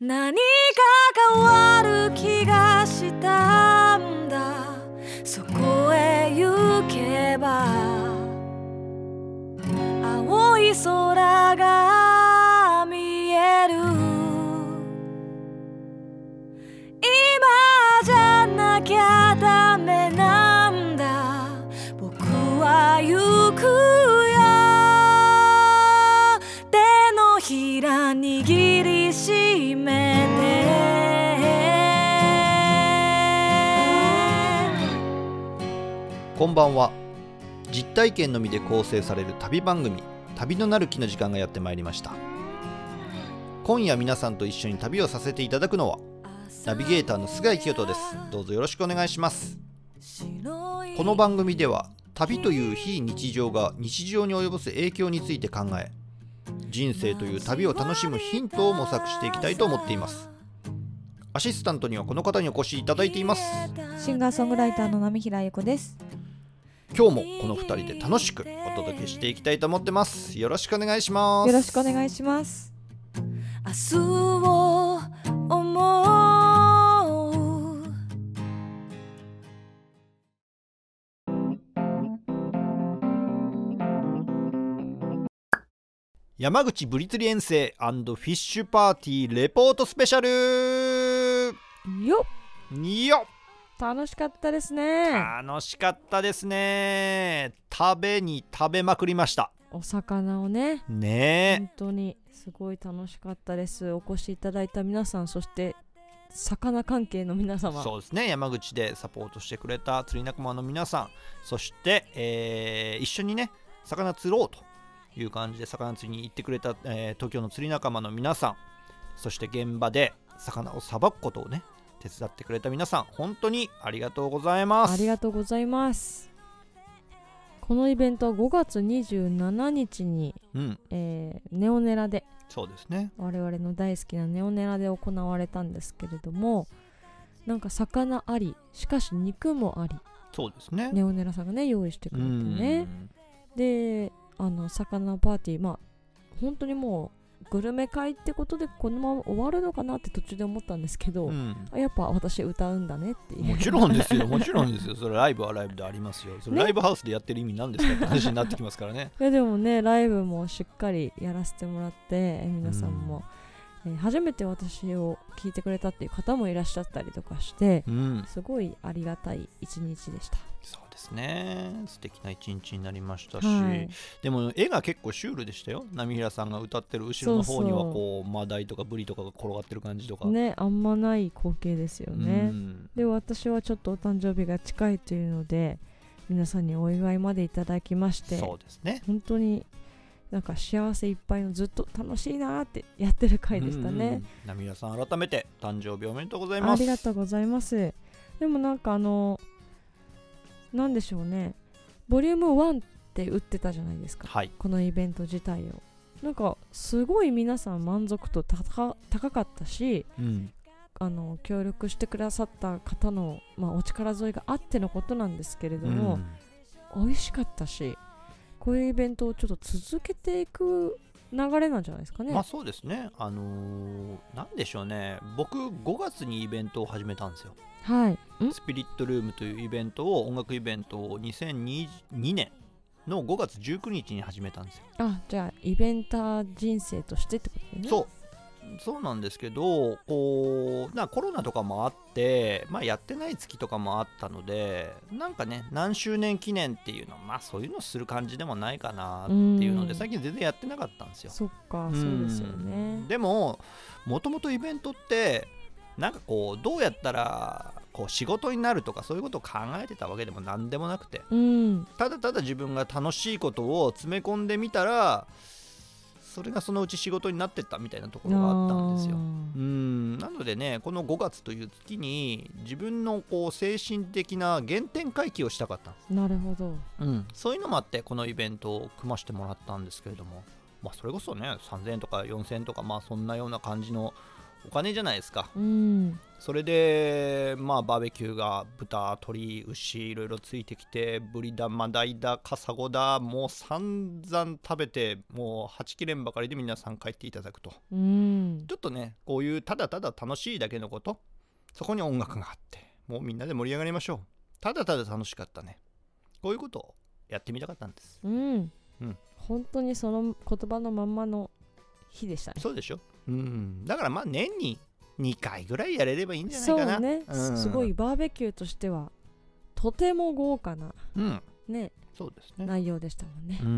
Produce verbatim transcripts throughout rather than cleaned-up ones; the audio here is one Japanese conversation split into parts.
何か変わる気がしたんだ。そこへ行けば青い空が見える。今じゃなきゃダメなんだ。僕は行くよ。手のひら握りしめこんばんは。実体験のみで構成される旅番組、旅のなる木の時間がやってまいりました。今夜皆さんと一緒に旅をさせていただくのはナビゲーターの菅井清人です。どうぞよろしくお願いします。この番組では旅という非日常が日常に及ぼす影響について考え、人生という旅を楽しむヒントを模索していきたいと思っています。アシスタントにはこの方にお越しいただいています。 シンガーソングライターの波平由子です。 今日もこのふたりで楽しくお届けしていきたいと思ってます。よろしくお願いします。 よろしくお願いします。 明日を思う。 山口ブリ釣り遠征&フィッシュパーティーレポートスペシャルよっよっ。 楽しかったですね。 楽しかったですね。食べに食べまくりました。 お魚をね。 ねえ。 本当にすごい楽しかったです。お越しいただいた皆さん、そして魚関係の皆様。 そうですね。山口でサポートしてくれた釣り仲間の皆さん、そして、えー、一緒にね魚釣ろうという感じで魚釣りに行ってくれた、えー、東京の釣り仲間の皆さん、そして現場で魚をさばくことをね手伝ってくれた皆さん、本当にありがとうございます。 ありがとうございます。このイベントはごがつにじゅうしちにちに、うんえー、ネオネラで、 そうですね、 我々の大好きなネオネラで行われたんですけれども、なんか魚あり、しかし肉もあり、 そうですね、 ネオネラさんがね用意してくれてね。で、あの魚パーティー、まあ本当にもうグルメ会ってことでこのまま終わるのかなって途中で思ったんですけど、うん、やっぱ私歌うんだねっていう。 もちろんですよ、もちろんですよ。それライブはライブでありますよ。それライブハウスでやってる意味なんですかって話になってきますからね。 いやでもね、ライブもしっかりやらせてもらって、皆さんも、うんえー、初めて私を聞いてくれたっていう方もいらっしゃったりとかして、うん、すごいありがたい一日でした。 そうですね、素敵な一日になりましたし、はい、でも絵が結構シュールでしたよ。波平さんが歌ってる後ろの方にはこうマダイとかブリとかが転がってる感じとかね、あんまない光景ですよね。うん、で私はちょっとお誕生日が近いというので皆さんにお祝いまでいただきまして、 そうですね、 本当になんか幸せいっぱいの、ずっと楽しいなってやってる回でしたね。 波平さん改めて誕生日おめでとうございます。 ありがとうございます。でもなんかあのなんでしょうね、ボリュームワンって打ってたじゃないですか、はい、このイベント自体を。なんかすごい皆さん満足度高かったし、うん、あの協力してくださった方の、まあ、お力添えがあってのことなんですけれども、うん、美味しかったし、こういうイベントをちょっと続けていく流れなんじゃないですかね。 まあそうですね、あのー、なんでしょうね、僕ごがつにイベントを始めたんですよ。 はい、 スピリットルームというイベントを、音楽イベントをにせんにねんのごがつじゅうくにちに始めたんですよ。 あ、じゃあイベンター人生としてってことね。 そうそうなんですけど、こうなコロナとかもあって、まあ、やってない月とかもあったので、なんかね何周年記念っていうの、まあそういうのする感じでもないかなっていうので、最近全然やってなかったんですよ。 そっか、そうですよね。 でももともとイベントってなんかこうどうやったらこう仕事になるとかそういうことを考えてたわけでもなんでもなくて、うん、ただただ自分が楽しいことを詰め込んでみたら、それがそのうち仕事になってったみたいなところがあったんですよ。うんなのでね、このごがつという月に自分のこう精神的な原点回帰をしたかったんです。 なるほど、 うん、そういうのもあってこのイベントを組ませてもらったんですけれども、まあ、それこそねさんぜんえんとかよんせんえんとか、まあそんなような感じのお金じゃないですか。 うん、 それでまあバーベキューが豚鶏牛いろいろついてきて、ブリだマダイだカサゴだ、もう散々食べてもうはち切れんばかりで皆さん帰っていただくと、 うん、 ちょっとねこういうただただ楽しいだけのこと、そこに音楽があってもうみんなで盛り上がりましょう。ただただ楽しかったね、こういうことをやってみたかったんです。 うん、 うん、 本当にその言葉のまんまの日でしたね。 そうでしょ。うん、だからまあ年ににかいぐらいやれればいいんじゃないかな。 そうね、うん、すごいバーベキューとしてはとても豪華な、 うん、 ね、 そうですね、 内容でしたもんね。 うん、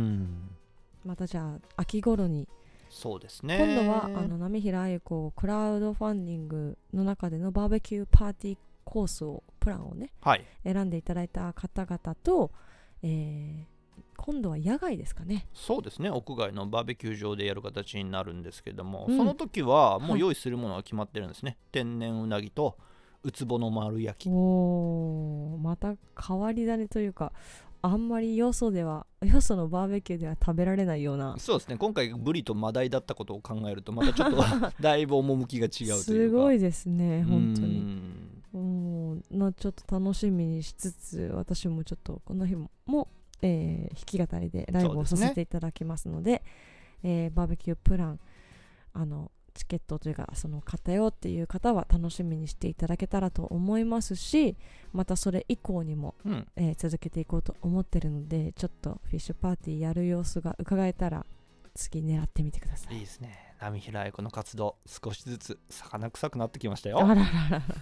またじゃあ秋頃に、 そうですね、 今度はあの波平あゆ子クラウドファンディングの中でのバーベキューパーティーコースをプランをね、はい、選んでいただいた方々と、えー今度は野外ですかね。 そうですね、屋外のバーベキュー場でやる形になるんですけども、うん、その時はもう用意するものが決まってるんですね、はい、天然うなぎとウツボの丸焼き。 おー、また変わり種というか、あんまりよそではよそのバーベキューでは食べられないような。 そうですね、今回ブリとマダイだったことを考えるとまたちょっとだいぶ趣が違うというかすごいですね本当に。うん、のちょっと楽しみにしつつ、私もちょっとこの日ももえー、弾き語りでライブをさせていただきますので、で、ねえー、バーベキュープラン、あのチケットというかその買ったよっていう方は楽しみにしていただけたらと思いますし、またそれ以降にも、うんえー、続けていこうと思ってるので、ちょっとフィッシュパーティーやる様子が伺えたら次狙ってみてください。 いいですね、波平あゆ子の活動少しずつ魚臭くなってきましたよ。 あらららら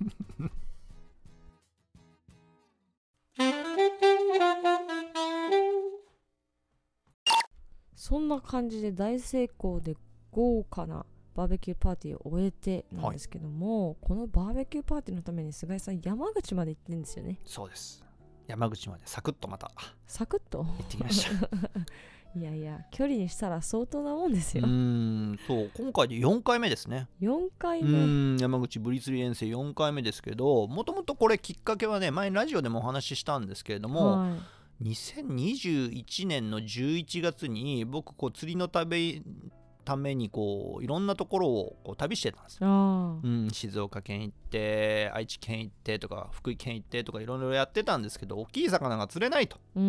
そんな感じで大成功で豪華なバーベキューパーティーを終えてなんですけども、はい、このバーベキューパーティーのために菅井さん山口まで行ってるんですよね。 そうです、山口までサクッとまたサクッと行ってきましたいやいや距離にしたら相当なもんですよ。 うーん、そう今回でよんかいめですね。 よんかいめ、 うーん、山口ブリ釣り遠征よんかいめですけど、もともとこれきっかけはね、前ラジオでもお話ししたんですけれども、はい、にせんにじゅういちねんのじゅういちがつに僕こう釣りのためためにこういろんなところをこう旅してたんですよ。うん、静岡県行って愛知県行ってとか福井県行ってとかいろいろやってたんですけど、大きい魚が釣れないと、うん、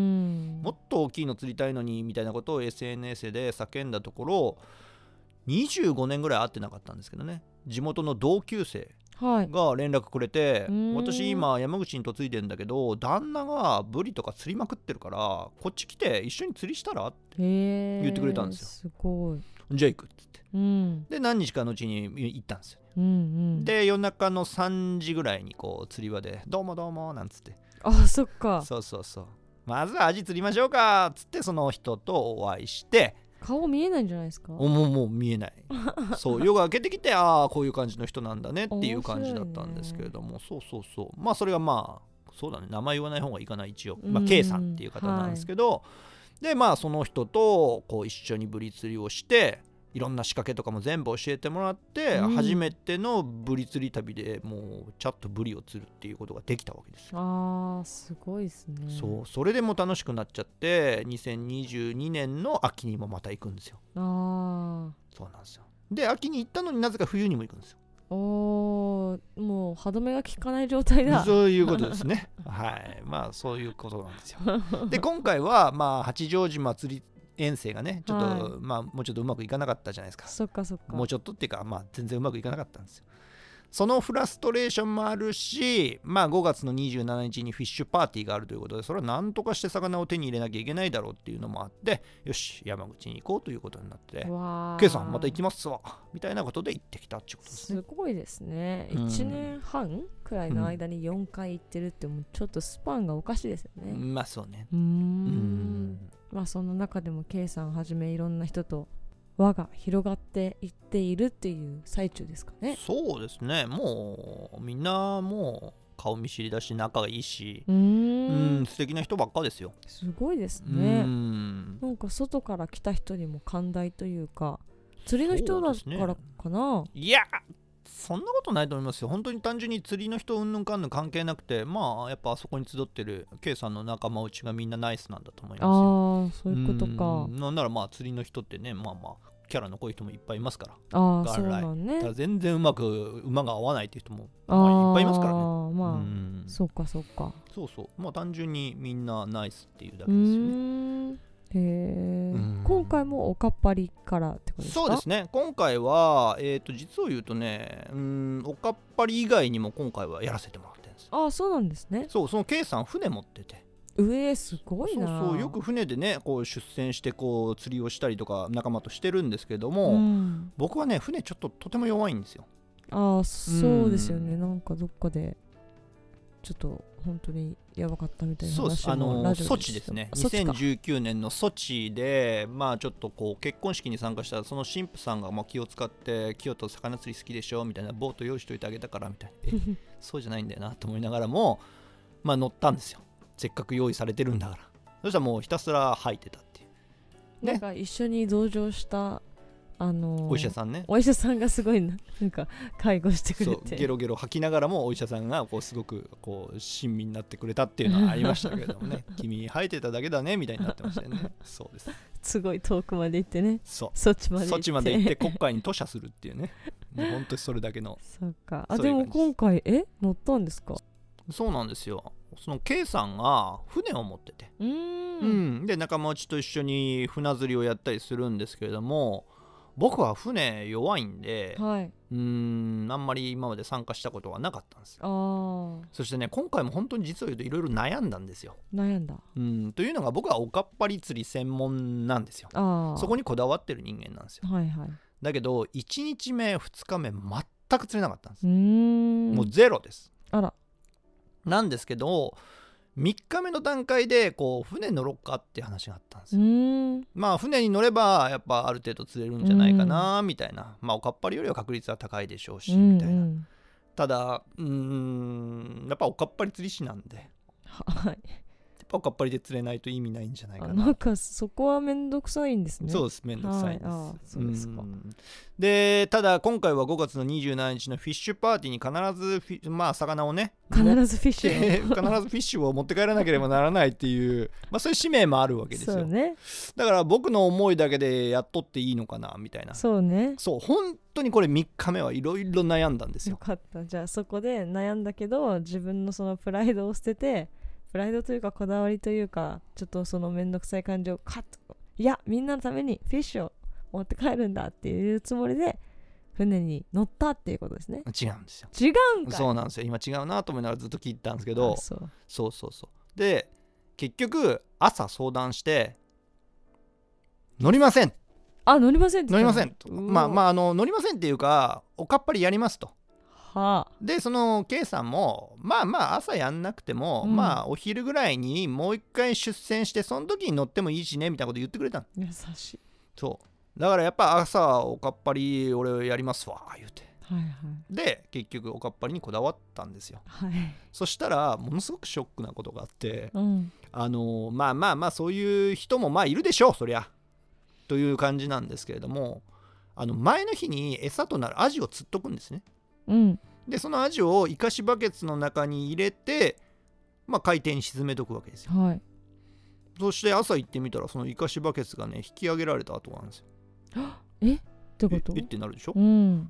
もっと大きいの釣りたいのにみたいなことを エスエヌエス で叫んだところ、にじゅうごねんぐらい会ってなかったんですけどね、地元の同級生が連絡くれて、はい、私今山口に嫁いでんだけど旦那がブリとか釣りまくってるからこっち来て一緒に釣りしたらって言ってくれたんですよ。 すごい。 じゃあ行くって言って、うん、で何日かのうちに行ったんですよ、うんうん、で夜中のさんじぐらいにこう釣り場でどうもどうもなんつって、 あ、そっか、 そうそうそう、まずはアジ釣りましょうかっつってその人とお会いして、 顔見えないんじゃないですか。 もうもう見えないそう夜が明けてきて、ああこういう感じの人なんだねっていう感じだったんですけれども、そうそうそう、まあそれがまあそうだね、名前言わない方がいいかな一応、まあ K さんっていう方なんですけど、はい、でまあその人とこう一緒にブリ釣りをしていろんな仕掛けとかも全部教えてもらって、うん、初めてのブリ釣り旅でもうちゃっとブリを釣るっていうことができたわけですよ。 あーすごいですね。 そう、それでも楽しくなっちゃってにせんにじゅうにねんの秋にもまた行くんですよ。 あーそうなんですよ。で秋に行ったのになぜか冬にも行くんですよ。 おー、もう歯止めが効かない状態だ。 そういうことですねはい、まあそういうことなんですよで今回はまあ八丈島釣り遠征がねちょっと、はい、まあもうちょっとうまくいかなかったじゃないですか。 そっかそっか。 もうちょっとっていうかまあ全然うまくいかなかったんですよ。そのフラストレーションもあるし、まあごがつのにじゅうしちにちにフィッシュパーティーがあるということで、それは何とかして魚を手に入れなきゃいけないだろうっていうのもあって、よし山口に行こうということになって、K さんまた行きますわみたいなことで行ってきたっていうことですね。 すごいですね。いちねんはんくらいの間によんかい行ってるってもうちょっとスパンがおかしいですよね。 うん、まあそうね。 うーんうんまあその中でも K さんはじめいろんな人と輪が広がっていっているっていう最中ですかね。 そうですね。もうみんなもう顔見知りだし仲がいいし、 うーんうん素敵な人ばっかですよ。 すごいですね。うんなんか外から来た人にも寛大というか、釣りの人だからかな、 ね、いやそんなことないと思いますよ。本当に単純に釣りの人うんぬんかんぬん関係なくて、まあやっぱあそこに集ってる K さんの仲間内がみんなナイスなんだと思いますよ。 ああそういうことか。 なんならまあ釣りの人ってね、まあまあキャラの濃い人もいっぱいいますから。 ああそうなんね。 だから全然うまく馬が合わないっていう人も、まあ、いっぱいいますからね。あまあ、うん、そうかそうか。 そうそう、まあ単純にみんなナイスっていうだけですよね。うーん、 へえ、今回もおかっぱりからってことですか？ そうですね、今回は、えーと、実を言うとね、うん、おかっぱり以外にも今回はやらせてもらってるんです。 ああそうなんですね。 そう、その K さん船持ってて、 上すごいな。 そうそう、よく船でねこう出船してこう釣りをしたりとか仲間としてるんですけども、うん、僕はね船ちょっととても弱いんですよ。 ああそうですよね、うん、なんかどっかでちょっと本当にやばかったみたいな話もラジオでした。 そうです、あのソチですね。にせんじゅうきゅうねんのソチで、まあちょっとこう結婚式に参加したその神父さんがまあ気を使って清人魚釣り好きでしょみたいな、ボート用意しといてあげたからみたいなえそうじゃないんだよなと思いながらもまあ乗ったんですよ。せっかく用意されてるんだから。そしたらもうひたすら吐いてたっていう、 ね、なんか一緒に同乗したあのー、 お医者さんね、 お医者さんがすごい な, なんか介護してくれて、 そうゲロゲロ吐きながらもお医者さんがこうすごくこう親身になってくれたっていうのはありましたけれどもね君吐いてただけだねみたいになってましたよねそうです、 すごい遠くまで行ってね、 そうそっちまで行って、 そっちまで行って国会に吐射するっていうねもう本当にそれだけのそうか。あでも今回え乗ったんですか？ そうなんですよ。その K さんが船を持ってて、うーん、うん、で仲間内と一緒に船釣りをやったりするんですけれども、僕は船弱いんで、はい、うーんあんまり今まで参加したことはなかったんですよ。あそしてね今回も本当に実を言うといろいろ悩んだんですよ。 悩んだ、 うん、というのが僕はおかっぱり釣り専門なんですよ。あそこにこだわってる人間なんですよ、はいはい、だけどいちにちめふつかめ全く釣れなかったんです。うーんもうゼロです。あらなんですけどみっかめの段階でこう船乗ろっかって話があったんですよ。うーんまあ船に乗ればやっぱある程度釣れるんじゃないかなみたいな、まあおかっぱりよりは確率は高いでしょうしみたいな、うんうん、ただうーんやっぱおかっぱり釣り師なんで、はい、やっぱおかっぱりで釣れないと意味ないんじゃないかな。 なんかそこはめんどくさいんですね。 そうです、めんどくさいんです、はい、 あそうですか。 でただ今回はごがつのにじゅうしちにちのフィッシュパーティーに必ずフィまあ魚をね必ずフィッシュ必ずフィッシュを持って帰らなければならないっていうまあそういう使命もあるわけですよ。そうね、だから僕の思いだけでやっとっていいのかなみたいな。そうね、そう本当にこれみっかめはいろいろ悩んだんですよ。 よかった。じゃあそこで悩んだけど自分のそのプライドを捨てて、プライドというかこだわりというかちょっとそのめんどくさい感情をカッと、いやみんなのためにフィッシュを持って帰るんだっていうつもりで船に乗ったっていうことですね。 違うんですよ。 違うんかい。 そうなんですよ。今違うなと思いながらずっと聞いてたんですけど、そうそうそうそうで結局朝相談して乗りません。 あ乗りませんって乗りませんと、まあまああの乗りませんっていうかおかっぱりやりますと。はあ、でその K さんもまあまあ朝やんなくても、うん、まあお昼ぐらいにもう一回出船してその時に乗ってもいいしねみたいなこと言ってくれたの。 優しい。 そうだからやっぱ朝おかっぱり俺やりますわ言うて、はいはい、で結局おかっぱりにこだわったんですよ、はい、そしたらものすごくショックなことがあって、うん、あのまあまあまあそういう人もまあいるでしょうそりゃという感じなんですけれども、あの前の日に餌となるアジを釣っとくんですね。うん、でそのアジをイカシバケツの中に入れて、まあ、海底に沈めとくわけですよ、はい、そして朝行ってみたらそのイカシバケツがね引き上げられた後なんですよ。 えってこと？ えってなるでしょ、うん、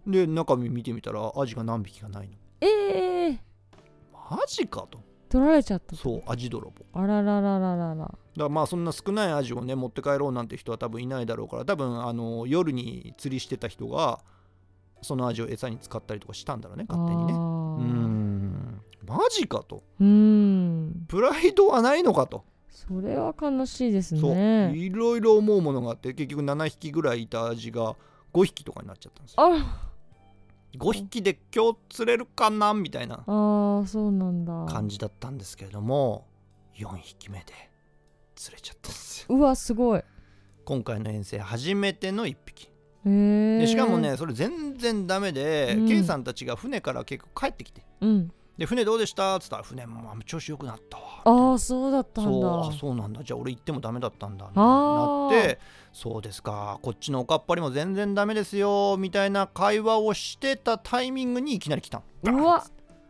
で中身見てみたらアジが何匹かないの。えー、マジかと。 取られちゃった。 そうアジ泥棒。 あらららららら。だからまあそんな少ないアジをね持って帰ろうなんて人は多分いないだろうから、多分あの夜に釣りしてた人がそのアジを餌に使ったりとかしたんだろうね勝手にね。うーんマジかと。うーんプライドはないのかと。 それは悲しいですね。 そういろいろ思うものがあって結局ななひきぐらいいたアジがごひきとかになっちゃったんですよ。あごひきで今日釣れるかなみたいなあそうなんだ感じだったんですけれども、よんひきめで釣れちゃったんですよ。 うわすごい。 今回の遠征初めてのいっぴきでしかもねそれ全然ダメで、うん、K さんたちが船から結構帰ってきて、うん、で船どうでしたっつったら船も調子よくなったわ。 ああそうだったんだ。 そうあそうなんだじゃあ俺行ってもダメだったんだみたいになって、そうですかこっちのおかっぱりも全然ダメですよみたいな会話をしてたタイミングにいきなり来た。 うわ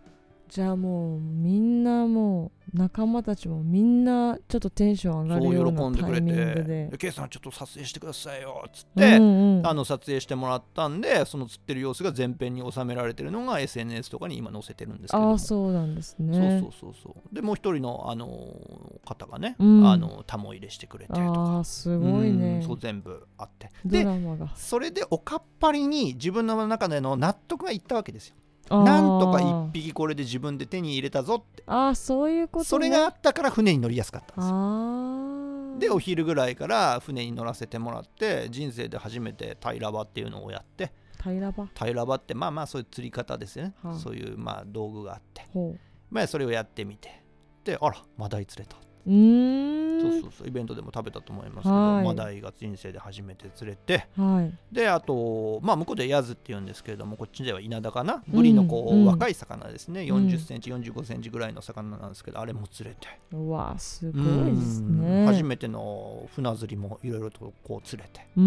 じゃあもうみんなもう仲間たちもみんなちょっとテンション上がるようなタイミングで、 ケイさんちょっと撮影してくださいよっつって、うんうん、あの撮影してもらったんで、その釣ってる様子が全編に収められてるのが エスエヌエス とかに今載せてるんですけども。 あ、そうなんですね。 そうそうそうそう。でもう一人の、あのー、方がね、うん、あのタモ入れしてくれてとか、 あ、すごいね。 そう全部あって、 ドラマが。 でそれでおかっぱりに自分の中での納得がいったわけですよ。なんとか一匹これで自分で手に入れたぞって。 ああ、そういうことね。 それがあったから船に乗りやすかったんですよ。あでお昼ぐらいから船に乗らせてもらって、人生で初めてタイラバっていうのをやって。 タイラバタイラバってまあまあそういう釣り方ですよね、はあ、そういうまあ道具があって、まあそれをやってみて、であらマダイ釣れた。うーん、そうそうそう、イベントでも食べたと思いますけど、はい、マダイが人生で初めて釣れて、はい、であとまあ向こうでヤズって言うんですけれども、こっちでは稲田かな、ブリのこう、うん、若い魚ですね、よんじゅっセンチ、うん、よんじゅうごセンチぐらいの魚なんですけど、あれも釣れて、 うわすごいですね。 初めての船釣りもいろいろとこう釣れて、うん、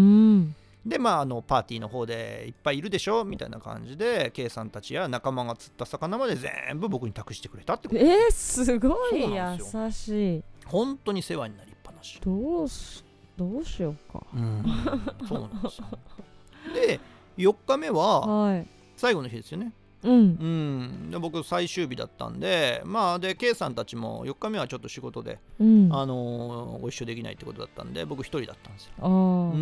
でまああのパーティーの方でいっぱいいるでしょみたいな感じで、Kさんたちや仲間が釣った魚まで全部僕に託してくれたってこと。 えー、すごい優しい。 本当に世話になりっぱなし。 どうしどうしようか、うん、 そうなんですよ。でよっかめは最後の日ですよね。うん、うん、で僕最終日だったんで、まあで K さんたちもよっかめはちょっと仕事で、うん、あのー、ご一緒できないってことだったんで、僕一人だったんですよ。あ、うん、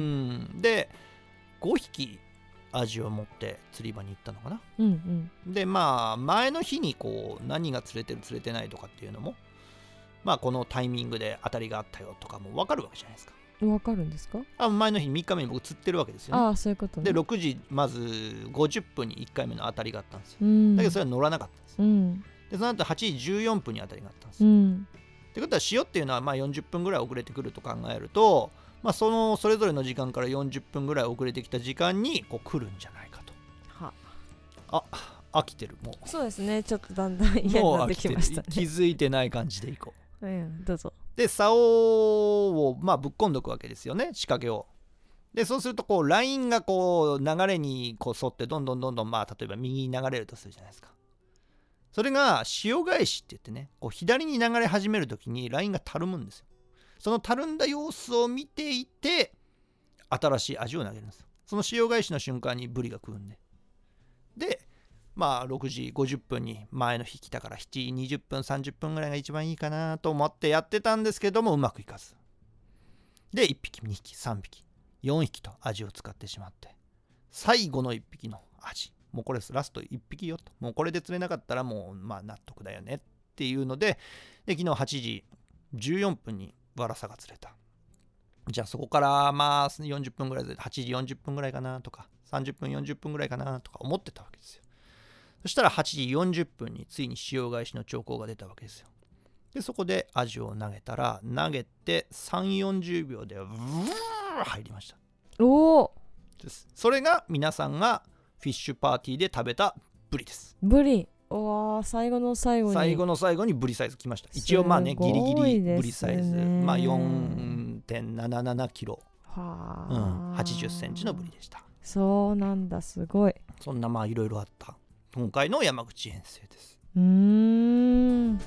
でごひきアジを持って釣り場に行ったのかな、うんうん、でまあ前の日にこう何が釣れてる釣れてないとかっていうのも、まあこのタイミングで当たりがあったよとかも分かるわけじゃないですか。 分かるんですか？ あ、前の日みっかめに僕釣ってるわけですよね。 ああ、そういうことね。 でろくじまずごじゅっぷんにいっかいめの当たりがあったんですよ、うん、だけどそれは乗らなかったんですよ、うん、でその後はちじじゅうよんぷんに当たりがあったんですよ、うん、ってことは潮っていうのはまあよんじゅっぷんぐらい遅れてくると考えると、まあ、そのそれぞれの時間からよんじゅっぷんぐらい遅れてきた時間にこう来るんじゃないかと。はあ、飽きてる。もうそうですね、ちょっとだんだん嫌になってきましたね。 気づいてない感じでいこう、 うん、どうぞ。 で竿をまあぶっ込んどくわけですよね、仕掛けを。でそうするとこうラインがこう流れにこう沿ってどんどんどんどん、まあ例えば右に流れるとするじゃないですか。それが潮返しって言ってね、こう左に流れ始めるときにラインがたるむんですよ。そのたるんだ様子を見ていて新しいアジを投げるんですよ。その潮返しの瞬間にブリが食うんで。でまあろくじごじゅっぷんに前の日来たからしちじにじゅっぷんさんじゅっぷんぐらいが一番いいかなと思ってやってたんですけども、うまくいかずでいっぴきにひきさんびきよんひきとアジを使ってしまって、最後のいっぴきのアジ、もうこれラストいっぴきよと、もうこれで釣れなかったらもうまあ納得だよねっていうので、で昨日はちじじゅうよんぷんにワラサが釣れた。じゃあそこからまあよんじゅっぷんぐらいではちじよんじゅっぷんぐらいかなとかさんじゅっぷんよんじゅっぷんぐらいかなとか思ってたわけですよ。そしたらはちじよんじゅっぷんについに潮返しの兆候が出たわけですよ。でそこでアジを投げたら、投げてさんじゅうよんじゅうびょうでブー入りました。おおです。それが皆さんがフィッシュパーティーで食べたブリです。 ブリ、おー、最後の最後に最後の最後にブリサイズ来ました。一応まあね、ギリギリブリサイズ、まあ よんてんななななキロ、は、うん、はちじゅっセンチのブリでした。 そうなんだ、すごい。 そんなまあいろいろあった今回の山口遠征です。 うーん。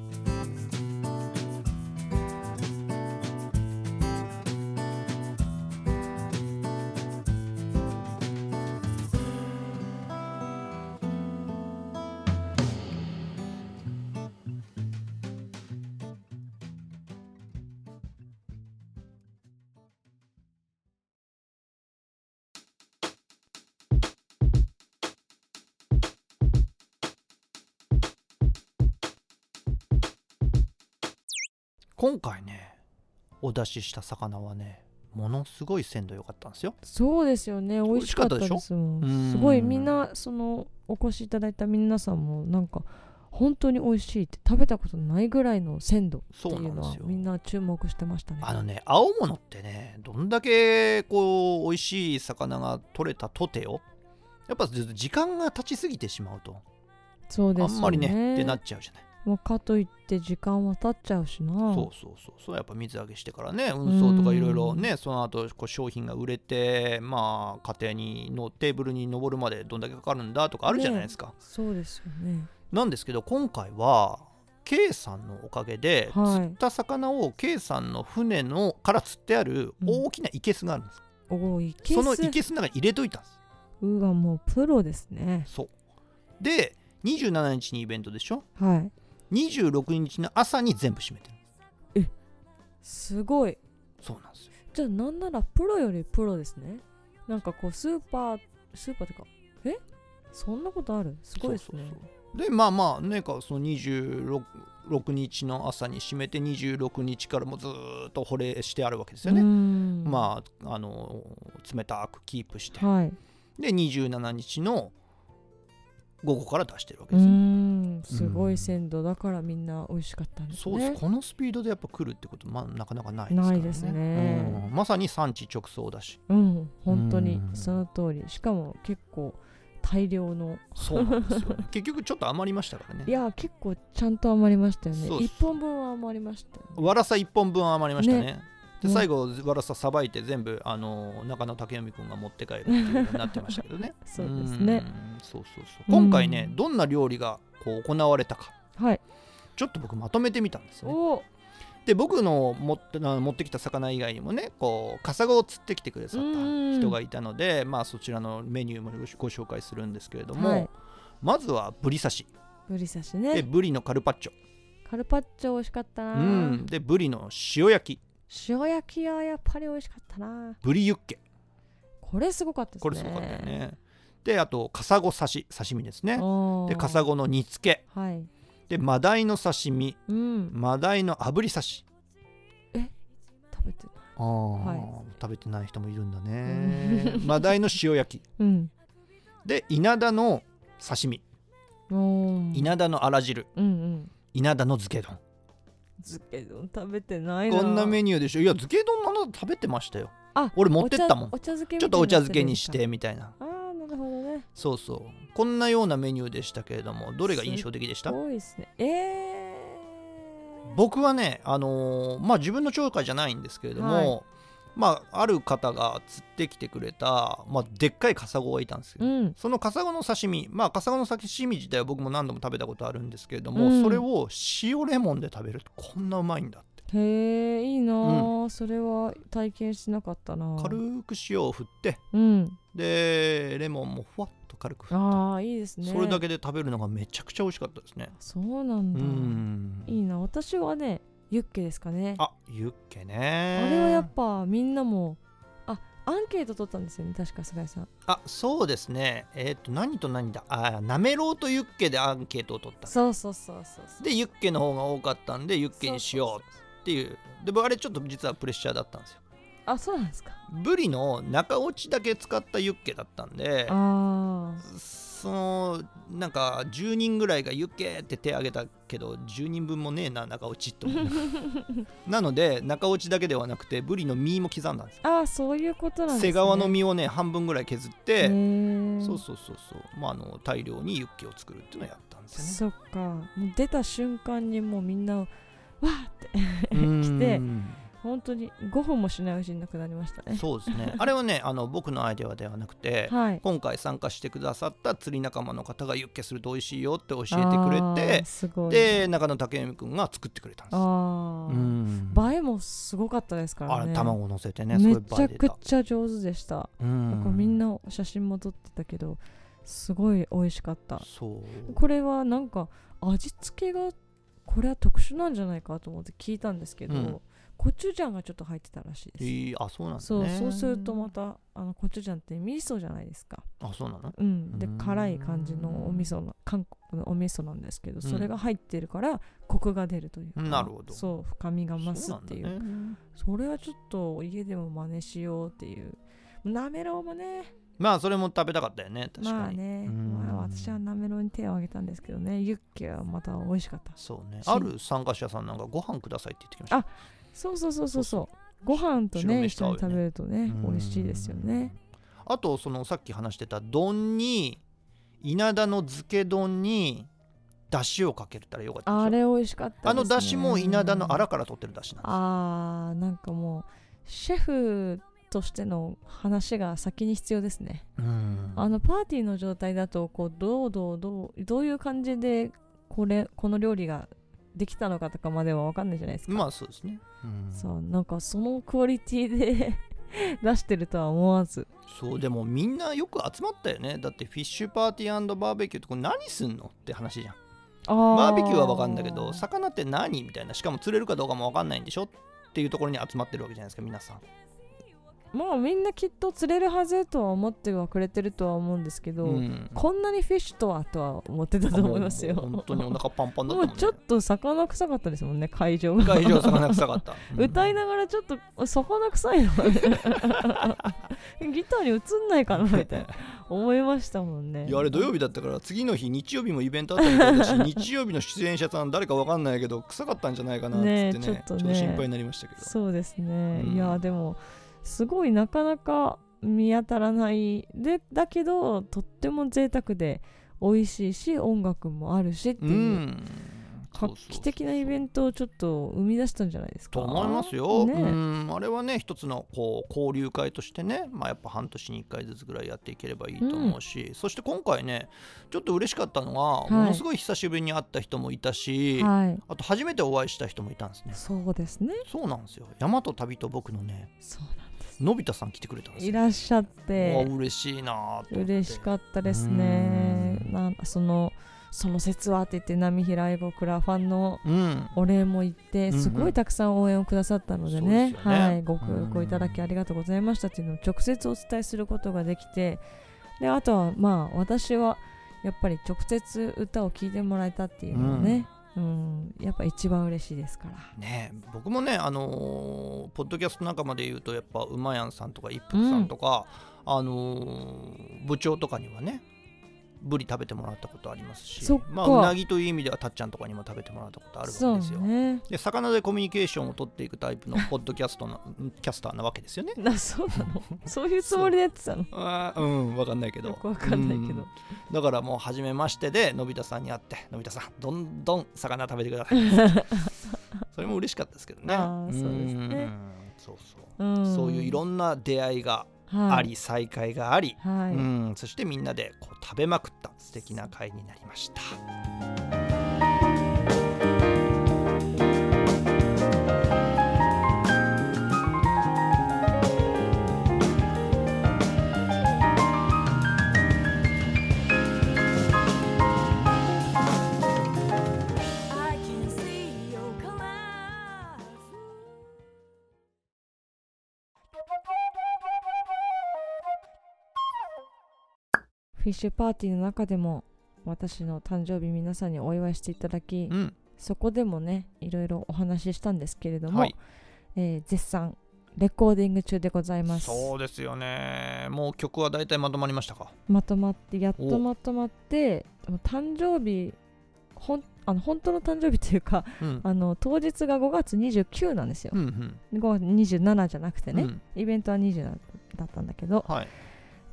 今回ねお出しした魚はね、ものすごい鮮度良かったんですよ。 そうですよね、美味しかったですもん。すごいみんな、そのお越しいただいた皆さんもなんか本当に美味しいって、食べたことないぐらいの鮮度っていうのはみんな注目してましたね。 あのね、青物ってね、どんだけこう美味しい魚が取れたとてよ、やっぱ時間が経ちすぎてしまうと、 そうですよね、 あんまりねってなっちゃうじゃない。 もうかといって時間は経っちゃうしな。 そうそうそう、それはやっぱ水揚げしてからね、運送とかいろいろね、その後こう商品が売れて、まあ家庭にのテーブルに上るまでどんだけかかるんだとかあるじゃないですか、ね、 そうですよね。 なんですけど今回は K さんのおかげで、 はい、 釣った魚を K さんの船のから釣ってある大きな生けすがあるんです、 うん、おいけすその生けすの中に入れといたんです。 うわもうプロですね。 そうでにじゅうしちにちにイベントでしょ、 はい、 にじゅうろくにちの朝に全部閉めてる。 えすごい。 そうなんですよ。 じゃあなんならプロよりプロですね。なんかこうスーパースーパーってかえそんなことある？すごいですね。そうそうそうでまあまあねかそのにじゅうろくにちの朝に閉めてにじゅうろくにちからもずっと保冷してあるわけですよね。まああの冷たくキープして、はい、でにじゅうしちにちの午後から出してるわけですよ、ね、 うんすごい鮮度だからみんな美味しかったんですね。 そうです。このスピードでやっぱ来るってこと、まあ、なかなかないですからね。 ないですね、 うん、まさに産地直送だし、 うん本当にその通り。しかも結構大量のそうなんですよ結局ちょっと余りましたからね。 いや結構ちゃんと余りましたよね。いっぽんぶんは余りましたよね。 わらさいっぽんぶんは余りました ね, ねで最後わらささばいて全部あの中野武臣君が持って帰るっていうようになってましたけどねそうですね。 そうそうそう。今回ねどんな料理がこう行われたか、 はい、 ちょっと僕まとめてみたんですね。で僕の持って持ってきた魚以外にもねこうカサゴを釣ってきてくださった人がいたので、まあそちらのメニューもご紹介するんですけれども、はい、まずはブリ刺し。 ブリ刺しね。 でブリのカルパッチョ。 カルパッチョ美味しかったな。 うんでブリの塩焼き。 塩焼きはやっぱり美味しかったな。 ブリユッケ。 これすごかったですね。 これすごかったよね。であとカサゴ刺し刺身ですね。でカサゴの煮付け、はい、でマダイの刺身、うん、マダイの炙り刺し。 え食べてない。 あ、はい、食べてない人もいるんだねマダイの塩焼き、うん、で稲田の刺身、稲田のあら汁、うんうん、稲田の漬け丼。 漬け丼食べてないな。 こんなメニューでしょ。いや漬け丼なの食べてましたよ。あ俺持ってったもん。お茶漬けちょっとお茶漬けにしてみたいな。 あーなるほどね。 そうそうこんなようなメニューでしたけれどもどれが印象的でした？ すごいですね。えー、僕はねあのー、まあ自分の紹介じゃないんですけれども、はい、まあある方が釣ってきてくれた、まあ、でっかいカサゴがいたんですよ、うん、そのカサゴの刺身、まあカサゴの刺身自体は僕も何度も食べたことあるんですけれども、うん、それを塩レモンで食べるとこんなうまいんだって。 へえいいな、うん、それは体験しなかったな。 軽く塩を振って、うん、でレモンもふわっと軽く振って、 ああいいですね。 それだけで食べるのがめちゃくちゃ美味しかったですね。 そうなんだ。うんいいな。私はねユッケですかね。 あユッケね。 あれはやっぱみんなもあアンケート取ったんですよね確か菅井さん。 あそうですね。えっ、ー、と何と何だあなめろうとユッケでアンケートを取った。 そうそうそうそうでユッケの方が多かったんでユッケにしようっていう。であれちょっと実はプレッシャーだったんですよ。 あそうなんですか。 ブリの中落ちだけ使ったユッケだったんで、あそのなんかじゅうにんぐらいがユッケって手挙げたけどじゅうにんぶんもねえな中落ちとなので中落ちだけではなくてブリの身も刻んだんですよ。 あそういうことなんですね。 背側の身をね半分ぐらい削ってそうそうそうそう、まあ、あの大量にユッケを作るっていうのをやったんですよね。そっかもう出た瞬間にもうみんなわーって来て本当にごふんもしないうちになくなりましたね。 そうですねあれはねあの僕のアイデアではなくて、はい、今回参加してくださった釣り仲間の方がユッケすると美味しいよって教えてくれてすごいで中野武臣くんが作ってくれたんです。あうん映えもすごかったですからね。 あれ卵乗せてねめちゃくちゃ上手でした。うんみんな写真も撮ってたけどすごい美味しかった。そうこれはなんか味付けがこれは特殊なんじゃないかと思って聞いたんですけど、うん、コチュジャンがちょっと入ってたらしいです。えー、あそうなんですね。そう、そうするとまたあのコチュジャンって味噌じゃないですか。 あそうなの。 うんで辛い感じのお味噌の韓国のお味噌なんですけど、それが入ってるからコクが出るというか、 うん、なるほど。 そう深みが増すっていう。 そ, う、ね、それはちょっと家でも真似しようっていう。なめろうもねまあそれも食べたかったよね確かに。 まあね、まあ、私はなめろうに手を挙げたんですけどねユッケはまた美味しかった。 そうねある参加者さんなんかご飯くださいって言ってきました。 あそうそうそうそうそうご飯とね一緒に食べるとね美味しいですよね。 あとそのさっき話してた丼に稲田の漬け丼にだしをかけたらよかったでしょ。 あれ美味しかったですね。 あのだしも稲田のあらから取ってるだしなんです。 あーなんかもうシェフとしての話が先に必要ですね。 うん、 あのパーティーの状態だとこうどうどうどうどういう感じでこれこの料理ができたのかとかまでは分かんないじゃないですか。 まあそうですね、うん、 そうなんかそのクオリティで出してるとは思わず。 そうでもみんなよく集まったよね。だってフィッシュパーティー&バーベキューってこれ何すんのって話じゃん。 あバーベキューは分かんだけど魚って何みたいな、しかも釣れるかどうかも分かんないんでしょっていうところに集まってるわけじゃないですか皆さん。 まあみんなきっと釣れるはずとは思ってはくれてるとは思うんですけど、うん、こんなにフィッシュとはとは思ってたと思いますよ。 本当にお腹パンパンだったもんね。 もうちょっと魚臭かったですもんね会場が。 会場魚臭かった、 うん、歌いながらちょっと魚臭いのギターに映んないかなみたいな思いましたもんね。 いやあれ土曜日だったから次の日日曜日もイベントあったみたいだし日曜日の出演者さん誰か分かんないけど臭かったんじゃないかなってね、ねちょっとねちょっと心配になりましたけど。 そうですね、うん、いやでもすごいなかなか見当たらないでだけどとっても贅沢で美味しいし音楽もあるしっていう、うん、画期的なイベントをちょっと生み出したんじゃないですか。 と思いますよ、ね、うんあれはね一つのこう交流会としてね、まあ、やっぱ半年にいっかいずつぐらいやっていければいいと思うし、うん、そして今回ねちょっと嬉しかったのは、はい、ものすごい久しぶりに会った人もいたし、はい、あと初めてお会いした人もいたんですね。 そうですね。 そうなんですよ。山と旅と僕のねそうなんのび太さん来てくれたんですよ。 いらっしゃって嬉しいなと。 嬉しかったですね。なんそのその説はって言って波平愛僕らファンのお礼も言って、うん、すごいたくさん応援をくださったので ね,、うん、ね、はい、ご協力いただきありがとうございましたっていうのを直接お伝えすることができて、であとはまあ私はやっぱり直接歌を聴いてもらえたっていうのはね、うんうん、やっぱ一番嬉しいですからね。僕もね、あのー、ポッドキャスト仲間で言うとやっぱうまやんさんとか一服さんとか、うん、あのー、部長とかにはねブリ食べてもらったことありますし、まあ、うなぎという意味ではたっちゃんとかにも食べてもらったことあるわけですよ、ね、で魚でコミュニケーションを取っていくタイプのポッドキャストのキャスターなわけですよね。 なそうなのそういうつもりでやってたのあうん分かんないけどよく分かんないけど、うん、 だからもう初めましてでのび太さんに会ってのび太さんどんどん魚食べてくださいそれも嬉しかったですけどね。 あそうですね。 そうそう、うん、そういういろんな出会いがあり、はい、再会があり、はい、うん、そしてみんなでこう食べまくった素敵な会になりました。 フィッシュパーティーの中でも私の誕生日皆さんにお祝いしていただき、うん、そこでもねいろいろお話ししたんですけれども、はい、えー、絶賛レコーディング中でございます。 そうですよね。もう曲はだいたいまとまりましたか？ まとまってやっとまとまって誕生日ほんあの本当の誕生日というか、うん、あの当日がごがつにじゅうくにちなんですよ、うんうん、ごがつにじゅうしちじゃなくてね、うん、イベントはにじゅうしちだったんだけど、はい、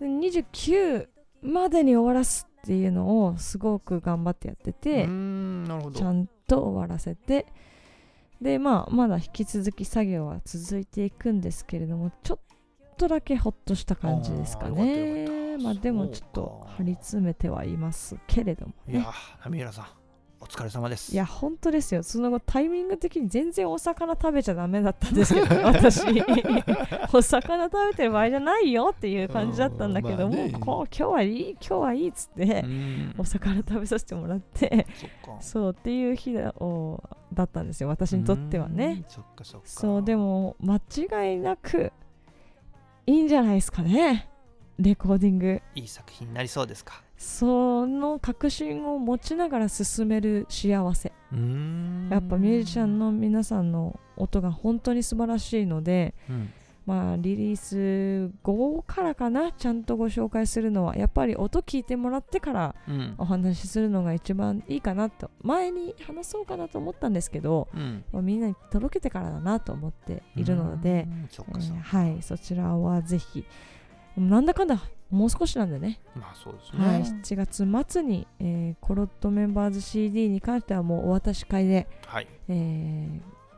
にじゅうくまでに終わらすっていうのをすごく頑張ってやってて、うーんなるほどちゃんと終わらせて、でまあまだ引き続き作業は続いていくんですけれども、ちょっとだけほっとした感じですかね。まあでもちょっと張り詰めてはいますけれどもね。 いや波平さんお疲れ様です。 いや本当ですよ。その後タイミング的に全然お魚食べちゃダメだったんですけど私お魚食べてる場合じゃないよっていう感じだったんだけども、まあね、こう今日はいい今日はいいっつってお魚食べさせてもらってそうっていう日だをだったんですよ私にとってはね。 そっかそっか。 そうでも間違いなくいいんじゃないですかね。レコーディングいい作品になりそうですか？ その確信を持ちながら進める幸せ。うーんやっぱミュージシャンの皆さんの音が本当に素晴らしいので、うん、まあリリース後からかなちゃんとご紹介するのはやっぱり音聞いてもらってからお話しするのが一番いいかなと、前に話そうかなと思ったんですけど、うんまあ、みんなに届けてからだなと思っているので、そっかそっか、えー、はいそちらはぜひなんだかんだもう少しなんでね、 まあそうですね、 はい、しちがつ末に、えー、コロットメンバーズ シーディー に関してはもうお渡し会で、はいえー、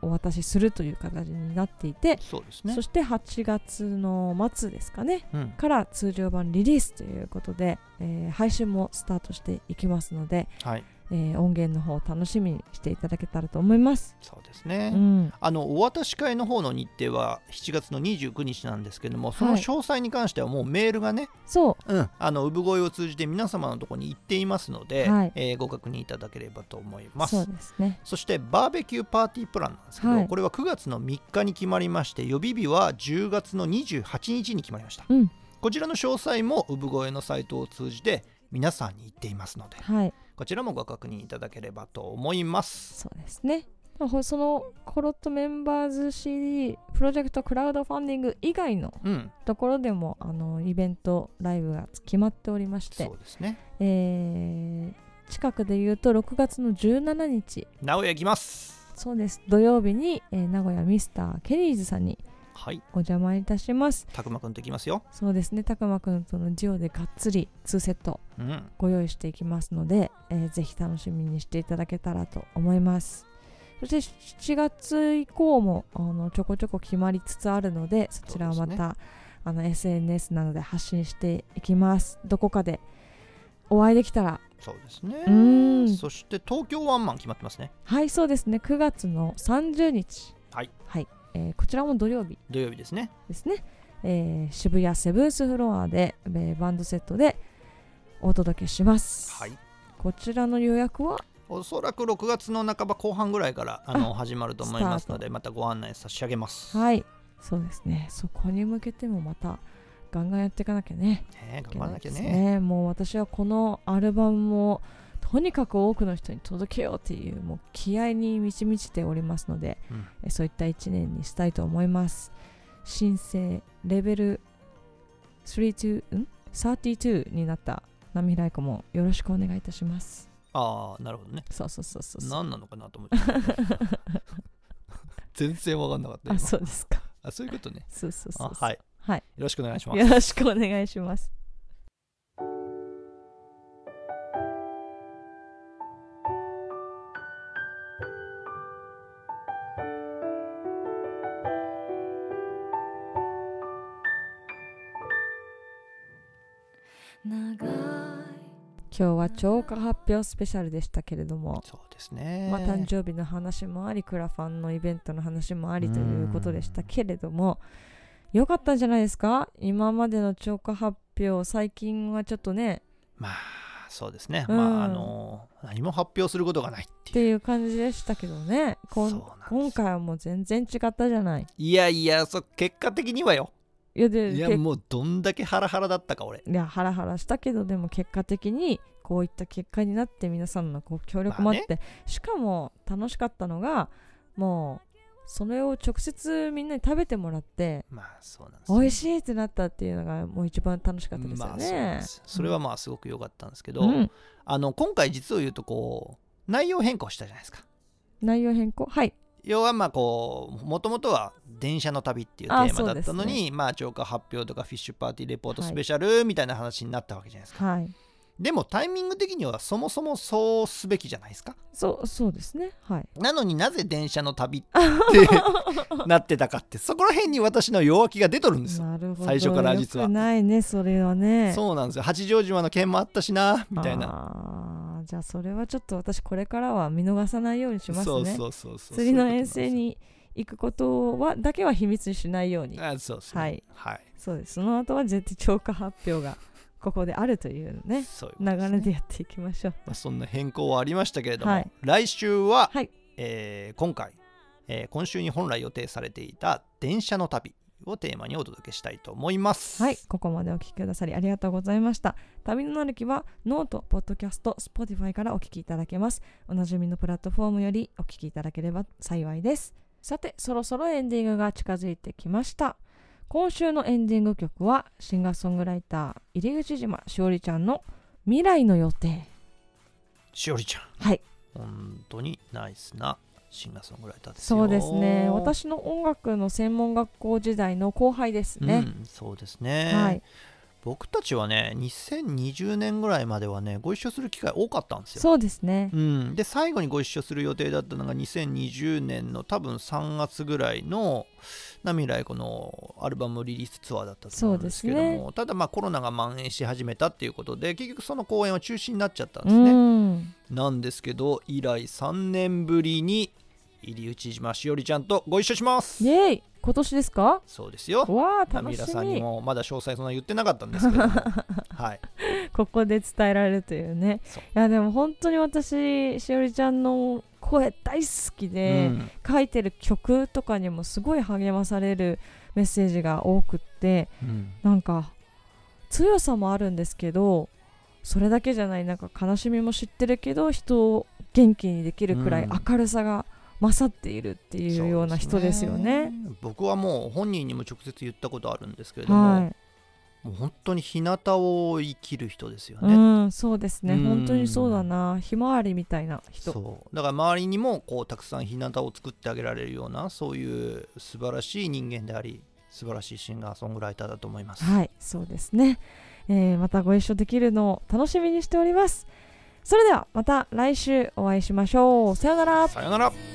お渡しするという形になっていて、 そうですね、 そしてはちがつの末ですかね、 うん、 から通常版リリースということで、えー、配信もスタートしていきますので、 はい、 えー、音源の方を楽しみにしていただけたらと思います。 そうですね、 うん、 あのお渡し会の方の日程はしちがつのにじゅうくにちなんですけども、その詳細に関してはもうメールがね、 そう、 うん、あの産声を通じて皆様のところに行っていますので、はい、えー、ご確認いただければと思います。 そうですね。 そしてバーベキューパーティープランなんですけど、はい、これはくがつのみっかに決まりまして、予備日はじゅうがつのにじゅうはちにちに決まりました、うん、こちらの詳細も産声のサイトを通じて皆さんに言っていますので、はい、こちらもご確認いただければと思います。 そうですね。そのコロットメンバーズ シーディー プロジェクトクラウドファンディング以外のところでも、うん、あのイベントライブが決まっておりまして、 そうですね、 えー、近くで言うとろくがつのじゅうしちにち名古屋行きます。 そうです、土曜日に、えー、名古屋ミスターケリーズさんにお邪魔いたします。 たくまくんと行きますよ。 そうですね、たくまくんとのデュオでがっつりにセットご用意していきますので、うん、えー、ぜひ楽しみにしていただけたらと思います。そしてしちがつ以降もあのちょこちょこ決まりつつあるので、そちらはまた、ね、あの エスエヌエス などで発信していきます。どこかでお会いできたら。 そうですね。 うん、 そして東京ワンマン決まってますね。 はい、そうですね、くがつのさんじゅうにち、 はい、 はい、えー、こちらも土曜日土曜日ですねですね、えー、渋谷セブンスフロアで、えー、バンドセットでお届けします。 はい、 こちらの予約はおそらくろくがつの半ば後半ぐらいからあの始まると思いますので、またご案内差し上げます。 はい、そうですね、そこに向けてもまたガンガンやっていかなきゃね。 ね、頑張らなきゃね。 ね、もう私はこのアルバムをとにかく多くの人に届けようっていうもう気合に満ち満ちておりますので、うん、そういったいちねんにしたいと思います。新生レベルさんじゅうに、んさんじゅうにになった波平子もよろしくお願いいたします。 ああ、なるほどね。 そうそうそうそう。 何なのかなと思って全然分かんなかった。 あ、そうですか。 あ、そういうことね。 そうそうそうそう。 はい、 はい、よろしくお願いします。 よろしくお願いします。今日は超過発表スペシャルでしたけれども、 そうですね、 まあ、誕生日の話もありクラファンのイベントの話もありということでしたけれども、よかったんじゃないですか。今までの超過発表、最近はちょっとね、 まあそうですね、うん、まああの何も発表することがないっていう、 っていう感じでしたけどね。こん今回はもう全然違ったじゃない。 いやいや、そ結果的にはよ、 いやでいやもうどんだけハラハラだったか俺。 いやハラハラしたけど、でも結果的にこういった結果になって、皆さんのこう協力もあって、まあね、しかも楽しかったのが、もうそれを直接みんなに食べてもらって、 まあそうなんですね、 美味しいってなったっていうのがもう一番楽しかったですよね。まあ、そうです。 それはまあすごく良かったんですけど、うん、あの今回実を言うとこう内容変更したじゃないですか。 内容変更、はい。 要はまあこうもともとは電車の旅っていうテーマだったのに、ね、まあ超過発表とかフィッシュパーティーレポートスペシャルみたいな話になったわけじゃないですか、はい、でもタイミング的にはそもそもそうすべきじゃないですか。 そうそうですね、はい。 なのになぜ電車の旅ってなってたかって、そこら辺に私の弱気が出とるんですよ。 なるほど、 最初から実は。 よくないね、それはね。 そうなんですよ。八丈島の件もあったしなみたいな。 あ、じゃあそれはちょっと私これからは見逃さないようにしますね。 そうそうそうそう。 釣りの遠征に行くことはだけは秘密にしないように。 あ、そうですね。 はい、 はい、 そうです。その後は絶対超過発表がここであるというね、 そういうことですね、 流れでやっていきましょう。 まあ、そんな変更はありましたけれども、はい、来週は、 はい、 えー、今回、えー、今週に本来予定されていた電車の旅をテーマにお届けしたいと思います。 はい、ここまでお聞きくださりありがとうございました。旅のなるきはノート、ポッドキャスト、Spotify からお聞きいただけます。おなじみのプラットフォームよりお聞きいただければ幸いです。さて、そろそろエンディングが近づいてきました。今週のエンディング曲はシンガーソングライター入口島しおりちゃんの未来の予定。 しおりちゃん、 はい、 本当にナイスなシンガーソングライターですよ。そうですね、私の音楽の専門学校時代の後輩ですね、 うん、そうですね、 はい、 僕たちはねにせんにじゅうねんぐらいまではねご一緒する機会多かったんですよ。 そうですね、 うん、で最後にご一緒する予定だったのがにせんにじゅうねんの多分さんがつぐらいのナミライコのアルバムリリースツアーだったと思うんですけども、ね、ただまあコロナが蔓延し始めたっていうことで結局その公演は中止になっちゃったんですね。うんなんですけど以来さんねんぶりに入内島しおりちゃんとご一緒します。 イエーイ、今年ですか？ そうですよ。 わー楽しみ。 ナミラさんにもまだ詳細そんな言ってなかったんですけどもはい、 ここで伝えられるというね。いやでも本当に私しおりちゃんの声大好きで、うん、書いてる曲とかにもすごい励まされるメッセージが多くって、うん、なんか強さもあるんですけどそれだけじゃないなんか悲しみも知ってるけど人を元気にできるくらい明るさが勝っているっていうような人ですよね。 ね僕はもう本人にも直接言ったことあるんですけれども、はい、もう本当に日向を生きる人ですよね。 うんそうですね、本当にそうだな、ひまわりみたいな人。 そうだから周りにもこうたくさん日向を作ってあげられるようなそういう素晴らしい人間であり素晴らしいシンガーソングライターだと思います。 はいそうですね、えー、またご一緒できるのを楽しみにしております。それではまた来週お会いしましょう。さよなら。 さよなら。